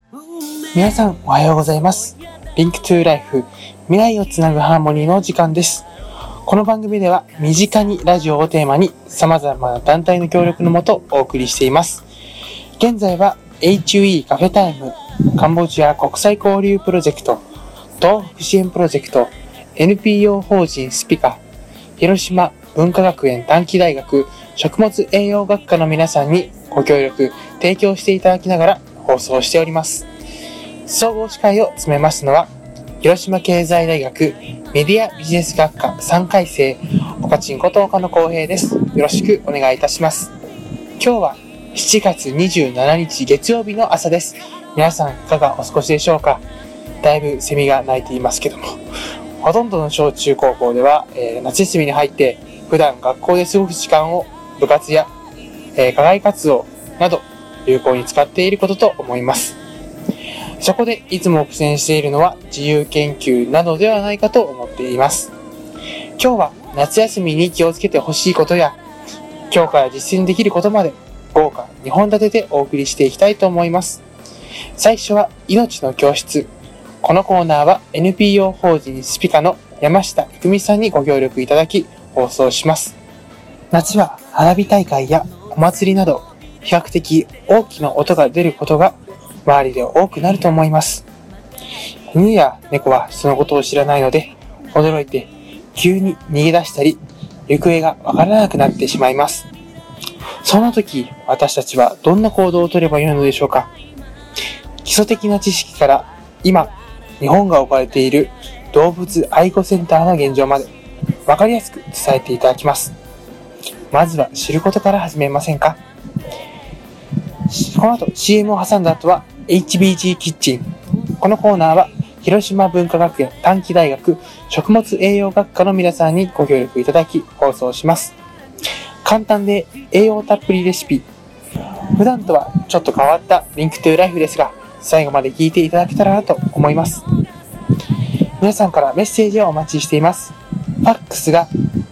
皆さんおはようございます。リンクトゥーライフ、未来をつなぐハーモニーの時間です。この番組では身近にラジオをテーマに様々な団体の協力のもとお送りしています。現在は HUE カフェタイム、カンボジア国際交流プロジェクト、東北支援プロジェクト、NPO 法人スピカ、広島文化学園短期大学食物栄養学科の皆さんにご協力提供していただきながら放送しております。総合司会を務めますのは広島経済大学メディアビジネス学科3回生岡ちんこと岡野光平です。よろしくお願いいたします。今日は7月27日月曜日の朝です。皆さんいかがお過ごしでしょうか。だいぶセミが鳴いていますけども、ほとんどの小中高校では、夏休みに入って普段学校で過ごす時間を部活や、課外活動など有効に使っていることと思います。そこでいつも苦戦しているのは自由研究などではないかと思っています。今日は夏休みに気をつけてほしいことや今日から実践できることまで豪華2本立てでお送りしていきたいと思います。最初は命の教室。このコーナーは NPO 法人スピカの山下郁美さんにご協力いただき放送します。夏は花火大会やお祭りなど比較的大きな音が出ることが周りで多くなると思います。犬や猫はそのことを知らないので驚いて急に逃げ出したり行方がわからなくなってしまいます。そんな時私たちはどんな行動を取ればよいのでしょうか。基礎的な知識から今日本が置かれている動物愛護センターの現状までわかりやすく伝えていただきます。まずは知ることから始めませんか。この後 CM を挟んだ後は HBG キッチン。このコーナーは広島文化学園短期大学食物栄養学科の皆さんにご協力いただき放送します。簡単で栄養たっぷりレシピ。普段とはちょっと変わったリンクトゥーライフですが、最後まで聞いていただけたらなと思います。皆さんからメッセージをお待ちしています。ファックスが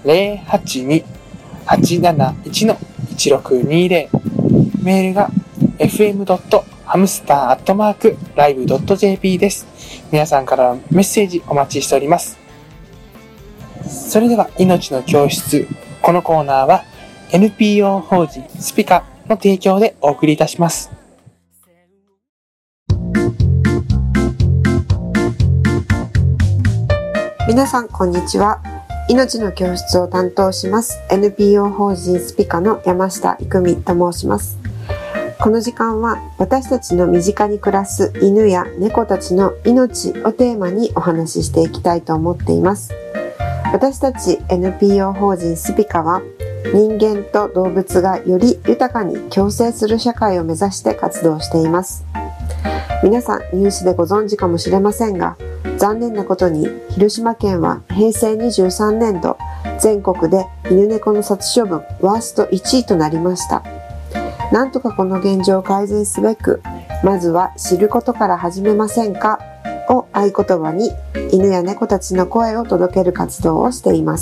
082-871-1620。メールが fm.hamster@live.jp です。皆さんからのメッセージお待ちしております。それでは命の教室。このコーナーは NPO 法人スピカの提供でお送りいたします。 皆さんこんにちは。命の教室を担当します NPO 法人スピカの山下郁美と申します。この時間は私たちの身近に暮らす犬や猫たちの命をテーマにお話ししていきたいと思っています。私たち NPO 法人スピカは人間と動物がより豊かに共生する社会を目指して活動しています。皆さんニュースでご存知かもしれませんが、残念なことに広島県は平成23年度全国で犬猫の殺処分ワースト1位となりました。なんとかこの現状を改善すべく、まずは知ることから始めませんかを合言葉に犬や猫たちの声を届ける活動をしています。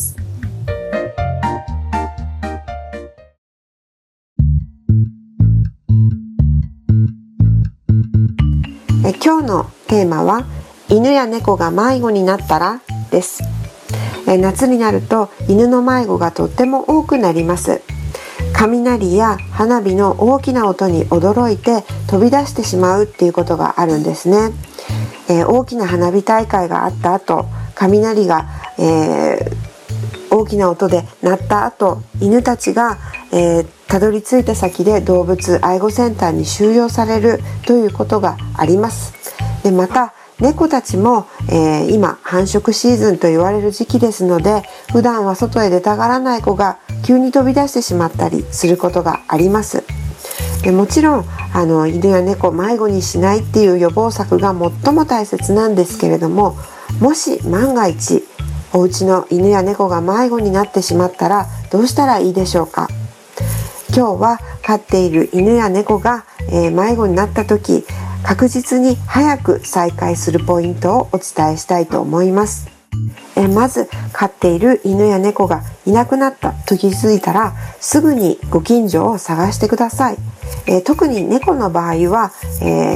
今日のテーマは犬や猫が迷子になったらです。夏になると犬の迷子がとっても多くなります。雷や花火の大きな音に驚いて飛び出してしまうっていうことがあるんですね。大きな花火大会があった後、雷が、大きな音で鳴った後、犬たちが、たどり着いた先で動物愛護センターに収容されるということがあります。でまた猫たちも、今繁殖シーズンと言われる時期ですので、普段は外へ出たがらない子が急に飛び出してしまったりすることがあります。でもちろん犬や猫を迷子にしないっていう予防策が最も大切なんですけれども、もし万が一お家の犬や猫が迷子になってしまったらどうしたらいいでしょうか。今日は飼っている犬や猫が、迷子になった時、確実に早く再会するポイントをお伝えしたいと思います。まず飼っている犬や猫がいなくなったと気づいたら、すぐにご近所を探してください。特に猫の場合は、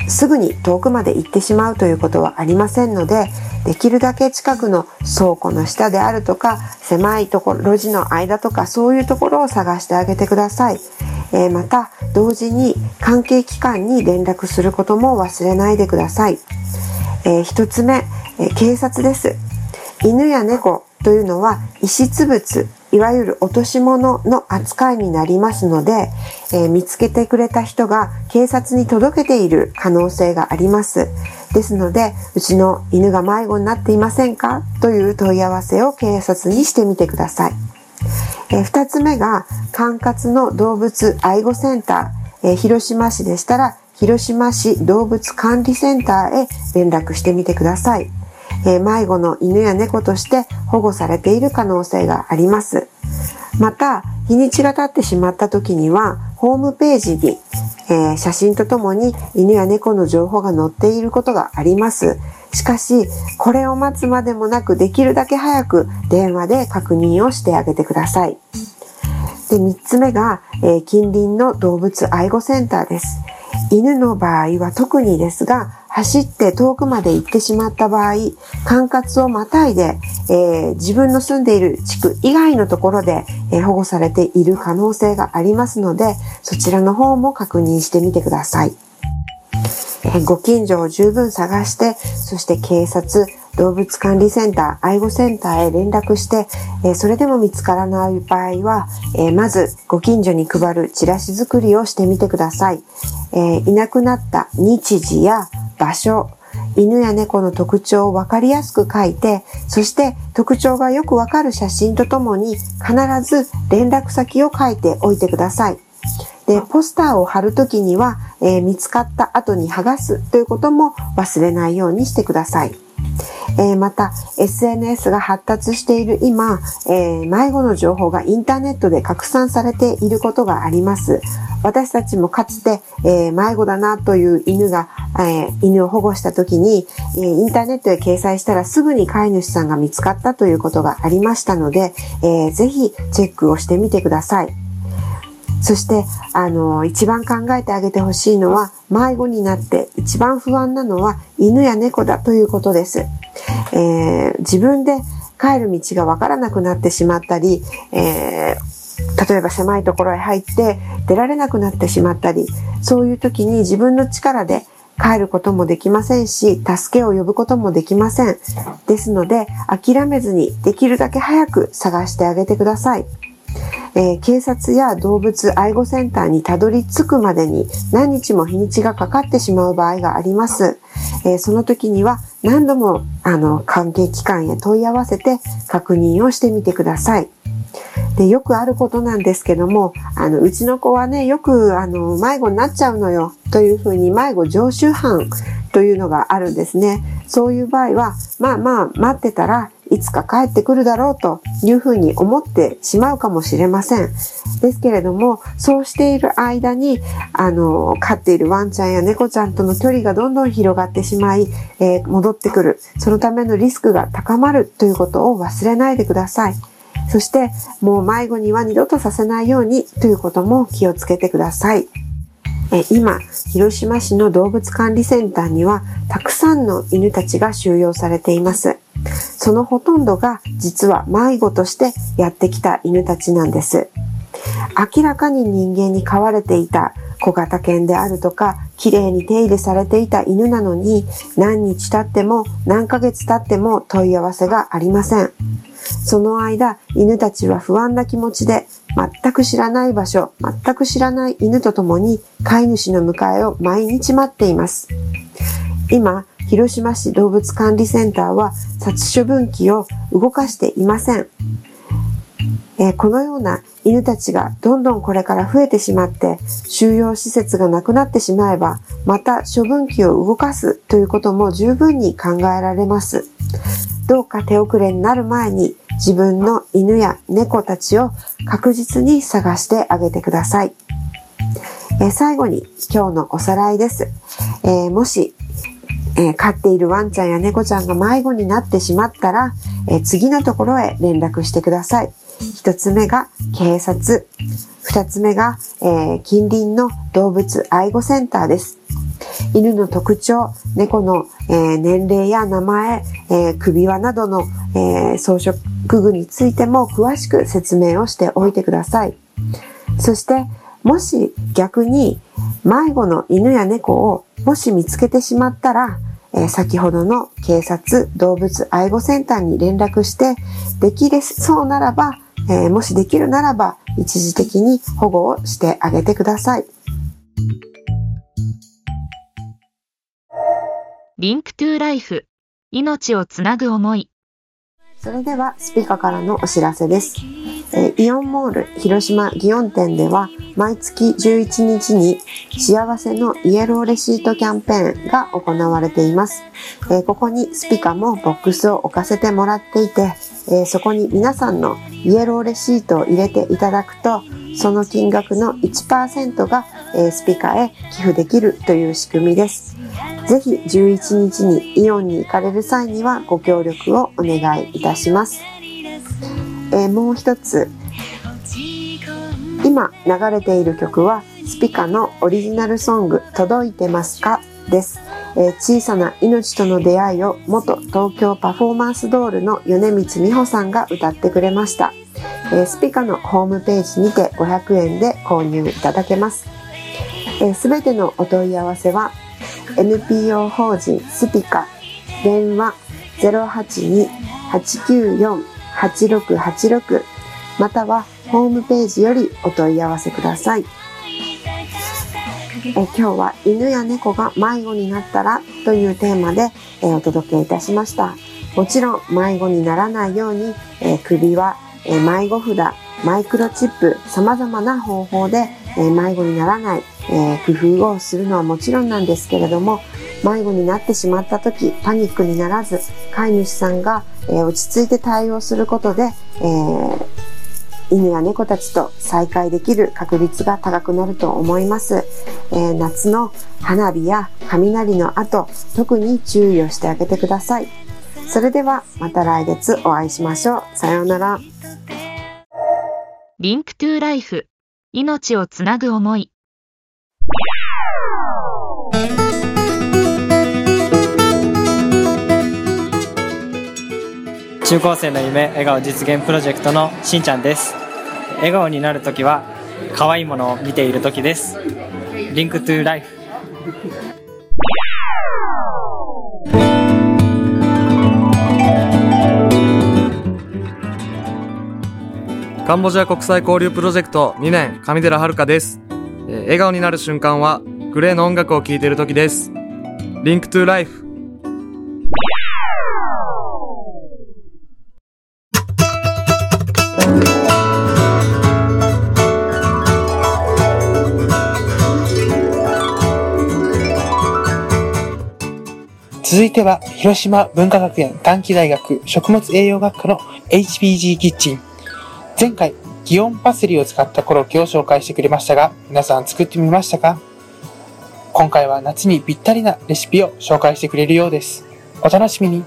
すぐに遠くまで行ってしまうということはありませんので、できるだけ近くの倉庫の下であるとか、狭いところ、路地の間とか、そういうところを探してあげてください。また同時に関係機関に連絡することも忘れないでください。一つ目、警察です。犬や猫というのは遺失物、いわゆる落とし物の扱いになりますので、見つけてくれた人が警察に届けている可能性があります。ですので、うちの犬が迷子になっていませんかという問い合わせを警察にしてみてください。二つ目が管轄の動物愛護センター、広島市でしたら広島市動物管理センターへ連絡してみてください。迷子の犬や猫として保護されている可能性があります。また日にちが経ってしまった時にはホームページに、写真とともに犬や猫の情報が載っていることがあります。しかしこれを待つまでもなく、できるだけ早く電話で確認をしてあげてください。で、3つ目が、近隣の動物愛護センターです。犬の場合は特にですが、走って遠くまで行ってしまった場合、管轄をまたいで、自分の住んでいる地区以外のところで、保護されている可能性がありますので、そちらの方も確認してみてください。ご近所を十分探して、そして警察、動物管理センター、愛護センターへ連絡して、それでも見つからない場合は、まずご近所に配るチラシ作りをしてみてください。いなくなった日時や場所、犬や猫の特徴を分かりやすく書いて、そして特徴がよくわかる写真とともに必ず連絡先を書いておいてください。で、ポスターを貼るときには、見つかった後に剥がすということも忘れないようにしてください。また SNS が発達している今、迷子の情報がインターネットで拡散されていることがあります。私たちもかつて、迷子だなという犬を保護した時に、インターネットで掲載したらすぐに飼い主さんが見つかったということがありましたので、ぜひチェックをしてみてください。そして、一番考えてあげてほしいのは、迷子になって一番不安なのは犬や猫だということです。自分で帰る道がわからなくなってしまったり、例えば狭いところへ入って出られなくなってしまったり、そういう時に自分の力で帰ることもできませんし、助けを呼ぶこともできません。ですので、諦めずにできるだけ早く探してあげてください。警察や動物愛護センターにたどり着くまでに何日も日にちがかかってしまう場合があります。その時には何度も関係機関へ問い合わせて確認をしてみてください。で、よくあることなんですけども、うちの子はね、よく迷子になっちゃうのよというふうに迷子常習犯というのがあるんですね。そういう場合は、まあ待ってたらいつか帰ってくるだろうというふうに思ってしまうかもしれません。ですけれども、そうしている間に飼っているワンちゃんや猫ちゃんとの距離がどんどん広がってしまい、戻ってくる、そのためのリスクが高まるということを忘れないでください。そしてもう迷子には二度とさせないようにということも気をつけてください。今、広島市の動物管理センターにはたくさんの犬たちが収容されています。そのほとんどが実は迷子としてやってきた犬たちなんです。明らかに人間に飼われていた小型犬であるとか、きれいに手入れされていた犬なのに、何日経っても何ヶ月経っても問い合わせがありません。その間、犬たちは不安な気持ちで、全く知らない場所、全く知らない犬と共に飼い主の迎えを毎日待っています。今、広島市動物管理センターは殺処分機を動かしていません。このような犬たちがどんどんこれから増えてしまって収容施設がなくなってしまえば、また処分機を動かすということも十分に考えられます。どうか手遅れになる前に自分の犬や猫たちを確実に探してあげてください。最後に今日のおさらいです。もし飼っているワンちゃんや猫ちゃんが迷子になってしまったら、次のところへ連絡してください。一つ目が警察、二つ目が、近隣の動物愛護センターです。 犬の特徴、猫の、年齢や名前、首輪などの、装飾具についても詳しく説明をしておいてください。そしてもし逆に迷子の犬や猫をもし見つけてしまったら、先ほどの警察動物愛護センターに連絡してできそうならば、もしできるならば一時的に保護をしてあげてください。 リンクトゥライフ、命をつなぐ思い。 それではスピカからのお知らせです。イオンモール広島祇園店では毎月11日に幸せのイエローレシートキャンペーンが行われています。ここにスピカもボックスを置かせてもらっていて、そこに皆さんのイエローレシートを入れていただくと、その金額の 1% がスピカへ寄付できるという仕組みです。ぜひ11日にイオンに行かれる際にはご協力をお願いいたします。もう一つ、今流れている曲はスピカのオリジナルソング届いてますかです。小さな命との出会いを元東京パフォーマンスドールの米光美穂さんが歌ってくれました。スピカのホームページにて500円で購入いただけます。すべてのお問い合わせは NPO 法人スピカ電話 082-894-8686 またはホームページよりお問い合わせください。今日は犬や猫が迷子になったらというテーマで、お届けいたしました。もちろん迷子にならないように、首輪、迷子札、マイクロチップ、様々な方法で、迷子にならない、工夫をするのはもちろんなんですけれども、迷子になってしまった時パニックにならず、飼い主さんが、落ち着いて対応することで、犬や猫たちと再会できる確率が高くなると思います。夏の花火や雷の後、特に注意をしてあげてください。それではまた来月お会いしましょう。さようなら。 リンクトゥライフ、命をつなぐ思い。 中高生の夢笑顔実現プロジェクトのしんちゃんです。笑顔になるときは可愛いものを見ているときです。リンクトゥライフ。 カンボジア国際交流プロジェクト2年上寺遥です。笑顔になる瞬間はグレーの音楽を聴いているときです。リンクトゥライフ。 続いては広島文化学園短期大学食物栄養学科の HPG キッチン。前回祇園パセリを使ったコロッケを紹介してくれましたが、皆さん作ってみましたか？今回は夏にぴったりなレシピを紹介してくれるようです。お楽しみに。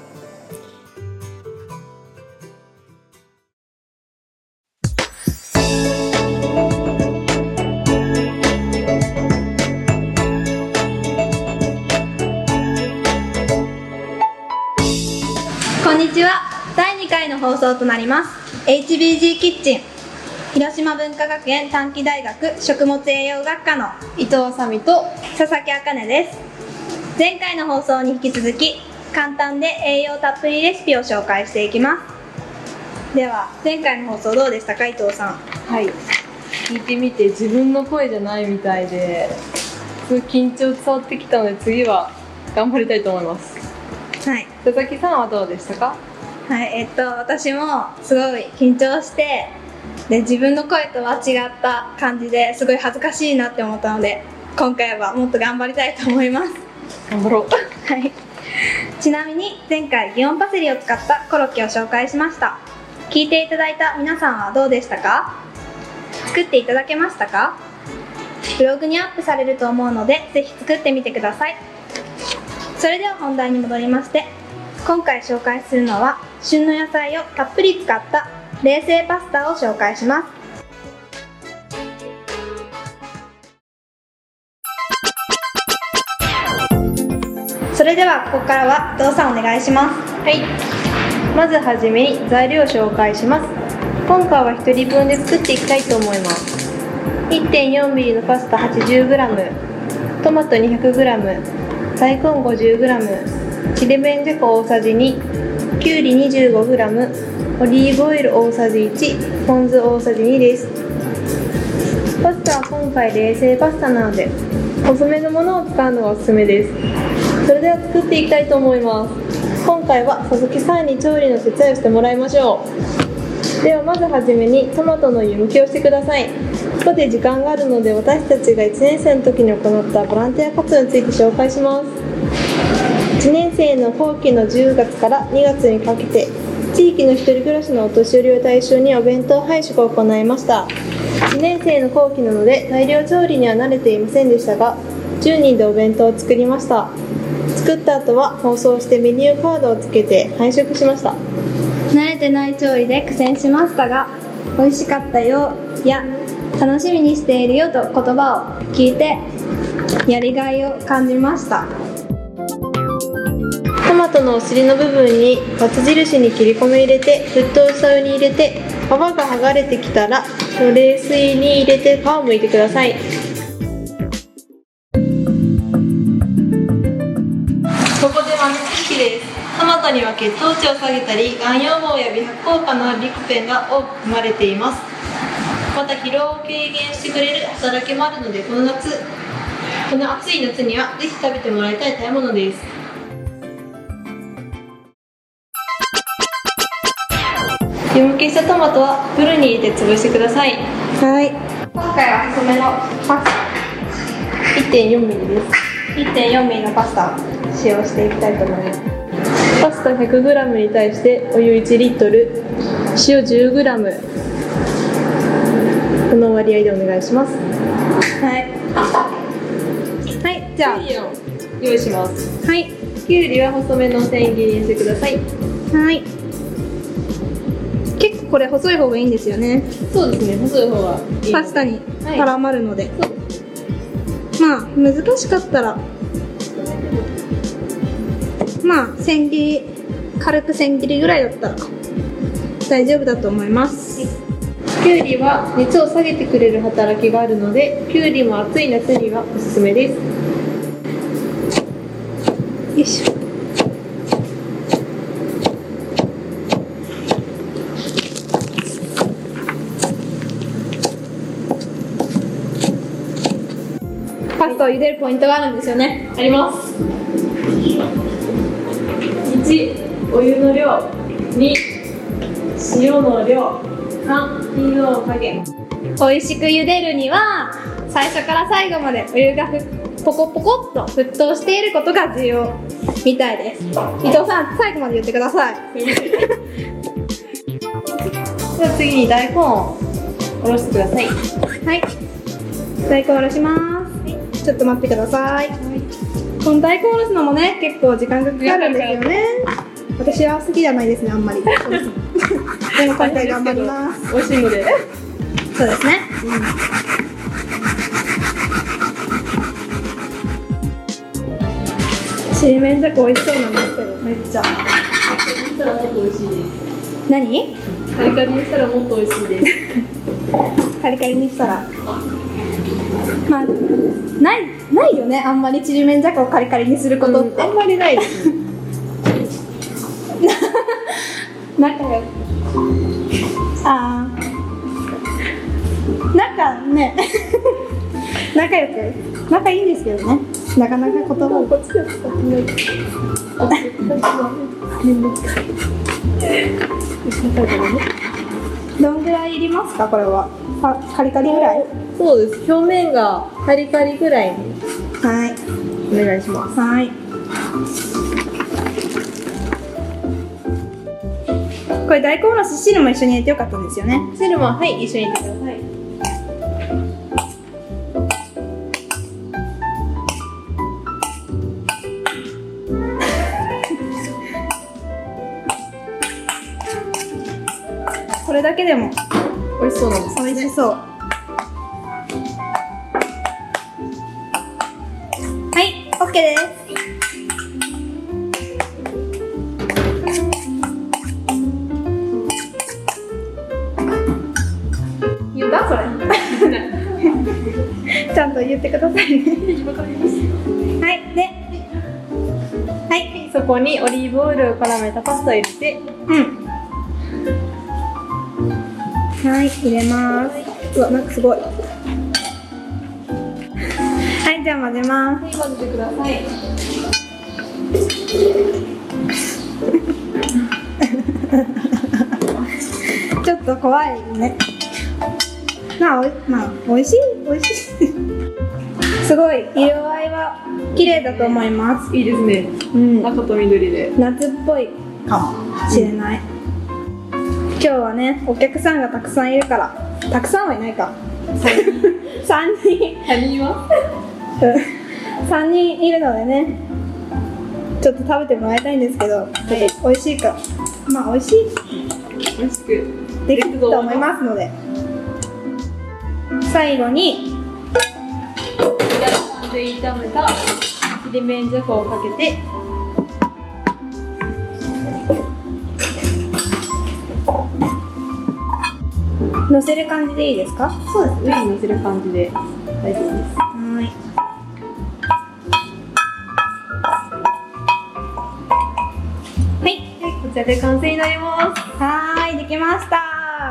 こんにちは。第2回の放送となります HBG キッチン、広島文化学園短期大学食物栄養学科の伊藤あさみと佐々木あかねです。前回の放送に引き続き簡単で栄養たっぷりレシピを紹介していきます。では前回の放送どうでしたか、伊藤さん。 はい、聞いてみて自分の声じゃないみたいですごい緊張伝わってきたので、次は頑張りたいと思います。 はい、 佐々木さんはどうでしたか？ はい、私もすごい緊張して、で自分の声とは違った感じですごい恥ずかしいなって思ったので、今回はもっと頑張りたいと思います。 頑張ろう。 はい。ちなみに前回祇園パセリを使ったコロッケを紹介しました。聞いていただいた皆さんはどうでしたか？作っていただけましたか？ブログにアップされると思うので、ぜひ作ってみてください。それでは本題に戻りまして、今回紹介するのは旬の野菜をたっぷり使った冷製パスタを紹介します。 れではここからはどうさんお願いします。 はい。まずはじめに材料を紹介します。今回は1人分で作っていきたいと思います。 1.4mm のパスタ 80g、 トマト 200g、 大根 50g、 ちりめんじゃこ大さじ2、きゅうり 25g、 オリーブオイル大さじ1、ポン酢大さじ2です。パスタは今回冷製パスタなので細めのものを使うのがおすすめです。それでは作っていきたいと思います。今回は佐々木さんに調理の手伝いをしてもらいましょう。ではまずはじめにトマトの湯むきをしてください。ここで時間があるので私たちが1年生の時に行ったボランティア活動について紹介します。1年生の後期の10月から2月にかけて地域の一人暮らしのお年寄りを対象にお弁当配食を行いました。1年生の後期なので大量調理には慣れていませんでしたが10人でお弁当を作りました。作った後は包装してメニューカードをつけて配食しました。 慣れてない調理で苦戦しましたが美味しかったよや楽しみにしているよと言葉を聞いてやりがいを感じました。 トマトのお尻の部分にバツ印に切り込みを入れて沸騰したお湯に入れて皮が剥がれてきたら冷水に入れて皮を剥いてください。ここで豆知識です。トマトには血糖値を下げたりがん予防や美白効果のあるリコペンが多く含まれています。また疲労を軽減してくれる働きもあるのでこの暑い夏にはぜひ食べてもらいたい食べ物です。湯むきしたトマトはフルに入れて潰してください。 はい。今回は細めのパスタ 1.4mm です。 1.4mm のパスタを使用していきたいと思います。 パスタ 100g に対してお湯1リットル、塩 10g、 この割合でお願いします。 はいはい、じゃあきゅうりを用意します。 はい、 きゅうりは細めの千切りにしてください。 はい、結構これ細い方がいいんですよね。 そうですね、細い方がいい。 パスタにはい絡まるので、まあ難しかったらまあ千切り、軽く千切りぐらいだったら大丈夫だと思います。 きゅうりは熱を下げてくれる働きがあるのできゅうりも暑い夏にはおすすめです。 よいしょ。パスタを茹でるポイントがあるんですよね。 あります。1、お湯の量。2、塩の量。3、火の加減。 美味しく茹でるには最初から最後までお湯がポコポコっと沸騰していることが重要みたいです。伊藤さん、最後まで言ってください。 では次に大根をおろしてください。 はい、大根おろします。ちょっと待ってください。この大根おろすのもね、結構時間がかかるんですよね。私は好きじゃないですね、あんまり。でも今回頑張ります。 美味しいので。 そうですね。ちりめんじゃこ美味しそうなんですけど、めっちゃ。 したらもっと美味しいです。 何？ カリカリにしたらもっと美味しいです。 カリカリにしたら。まあ、ないよね、あんまりちりめんじゃこをカリカリにすることって。 あんまりないですね。 なんかなんかね仲良く仲いいんですけどね、なかなか言葉をこっちで使ってない。どんぐらいいりますか、これは。カリカリぐらい？ そうです。表面がカリカリぐらいにはい、 お願いします。 はい。これ大根おろし汁も一緒に入れてよかったんですよね。 汁もはい一緒に入れてください。 これだけでも美味しそうなんです。 美味しそう。はい、OK です。 言ってくださいね。わかります。はい、で、はい、 そこにオリーブオイルを絡めたパスタを入れて、 はい、入れます。うわ、なんかすごい。はい、じゃあ混ぜます。 混ぜてください。 ちょっと怖いね。まあ、美味しい。すごい色合いは綺麗だと思います。 いいですね。赤と緑で夏っぽいかもしれない。今日はね、お客さんがたくさんいるから、たくさんはいないか。3人3人いるのでね、ちょっと食べてもらいたいんですけど、ちょっと美味しいか、まあ美味しくできると思いますので、最後にで炒めたちりめんじゃこをかけて、 乗せる感じでいいですか？ そうです、上に乗せる感じで大丈夫です。 はい。はい、 こちらで完成になります。 はい、できました。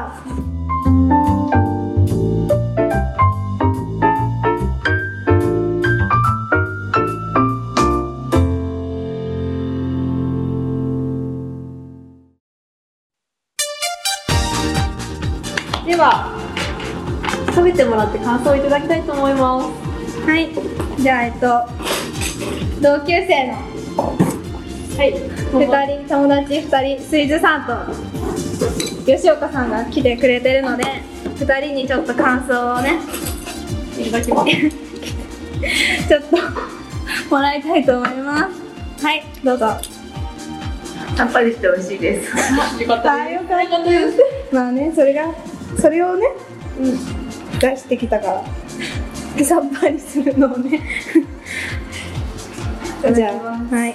では食べてもらって感想をいただきたいと思います。 はい、じゃあ同級生の2人、友達2人、スイズさんと吉岡さんが来てくれてるので、2人にちょっと感想をねいただきます。 ちょっともらいたいと思います。はい、どうぞ。 さっぱりして美味しいです。よかったです。 まあね、それをね、出してきたからさっぱりするのをねじゃあ、はい。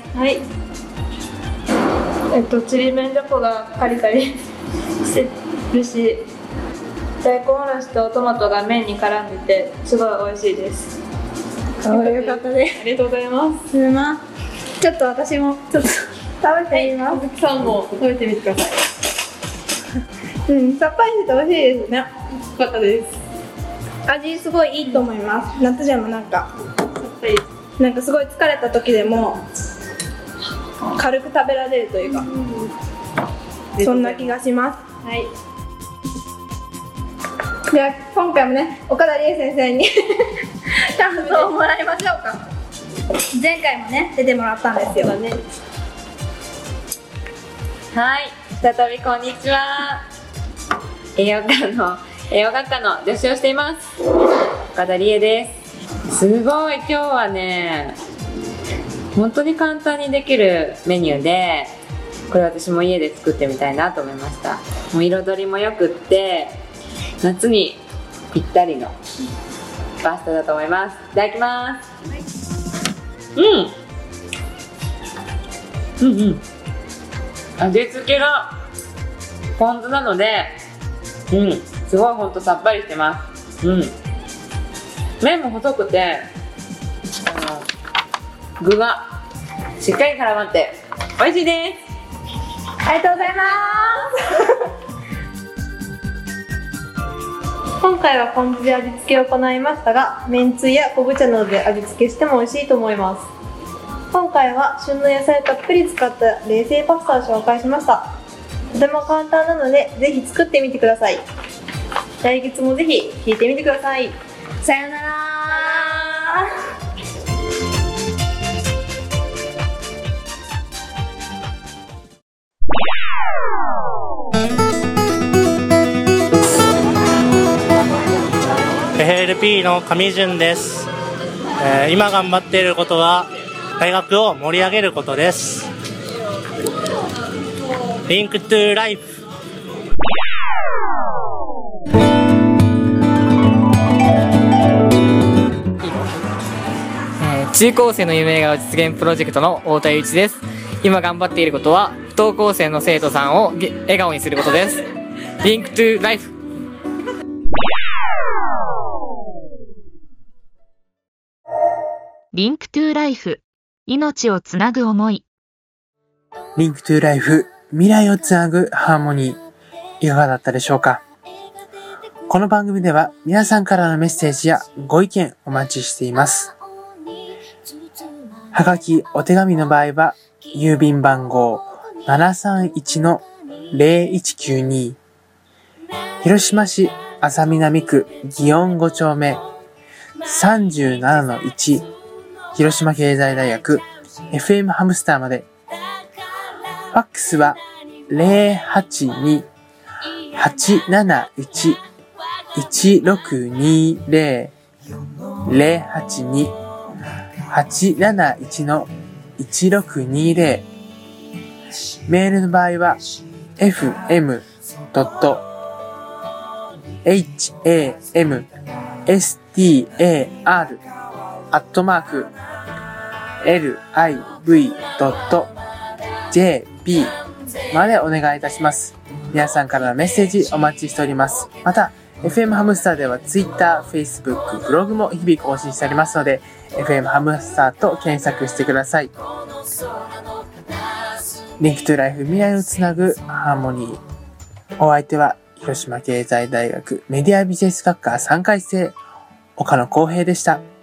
ちりめんじゃこがカリカリしてるし、大根おろしとトマトが麺に絡んでてすごい美味しいです。 よかったです。 ありがとうございます。 ちょっと私もちょっと食べてみます。 鈴木さんも食べてみてください。 さっぱりしてて美味しいですね。 よかったです。 味すごいいいと思います。夏でもなんかすごい疲れた時でも軽く食べられるというか、そんな気がします。 はい。 では今回もね、岡田理恵先生に感想をもらいましょうか。前回もね出てもらったんですよ。 はい、再びこんにちは。栄養学科の助手をしています、岡田理恵です。すごい今日はね、本当に簡単にできるメニューで、これ私も家で作ってみたいなと思いました。もう彩りもよくって夏にぴったりのパスタだと思います。いただきます。味付けがポン酢なので、すごいほんとさっぱりしてます。麺も細くて、具がしっかり絡まって美味しいです。 ありがとうございます。 今回はポン酢で味付けを行いましたが、めんつゆや昆布茶などで味付けしても美味しいと思います。今回は旬の野菜をたっぷり使った冷製パスタを紹介しました。とても簡単なのでぜひ作ってみてください。来月もぜひ聞いてみてください。 さよなら。 FLP の上潤です。今頑張っていることは大学を盛り上げることです。リンクトゥライフ。 中高生の夢が実現プロジェクトの太田祐一です。今頑張っていることは不登校生の生徒さんを笑顔にすることです。リンクトゥライフ。 リンクトゥライフ、命をつなぐ思い。 リンクトゥライフ、未来をつなぐハーモニー。いかがだったでしょうか？この番組では皆さんからのメッセージやご意見お待ちしています。はがき、お手紙の場合は、郵便番号 731-0192 広島市安佐南区祇園5丁目 37-1 広島経済大学 FM ハムスターまで。ファックスは 082-871-1620 082-871-1620。メールの場合は fm.hamstar@live.jp までお願いいたします。皆さんからのメッセージお待ちしております。また、FM ハムスターでは Twitter、Facebook、ブログも日々更新しておりますので、FM ハムスターと検索してください。リンクトゥライフ、未来をつなぐハーモニー。お相手は広島経済大学メディアビジネス学科3回生岡野浩平でした。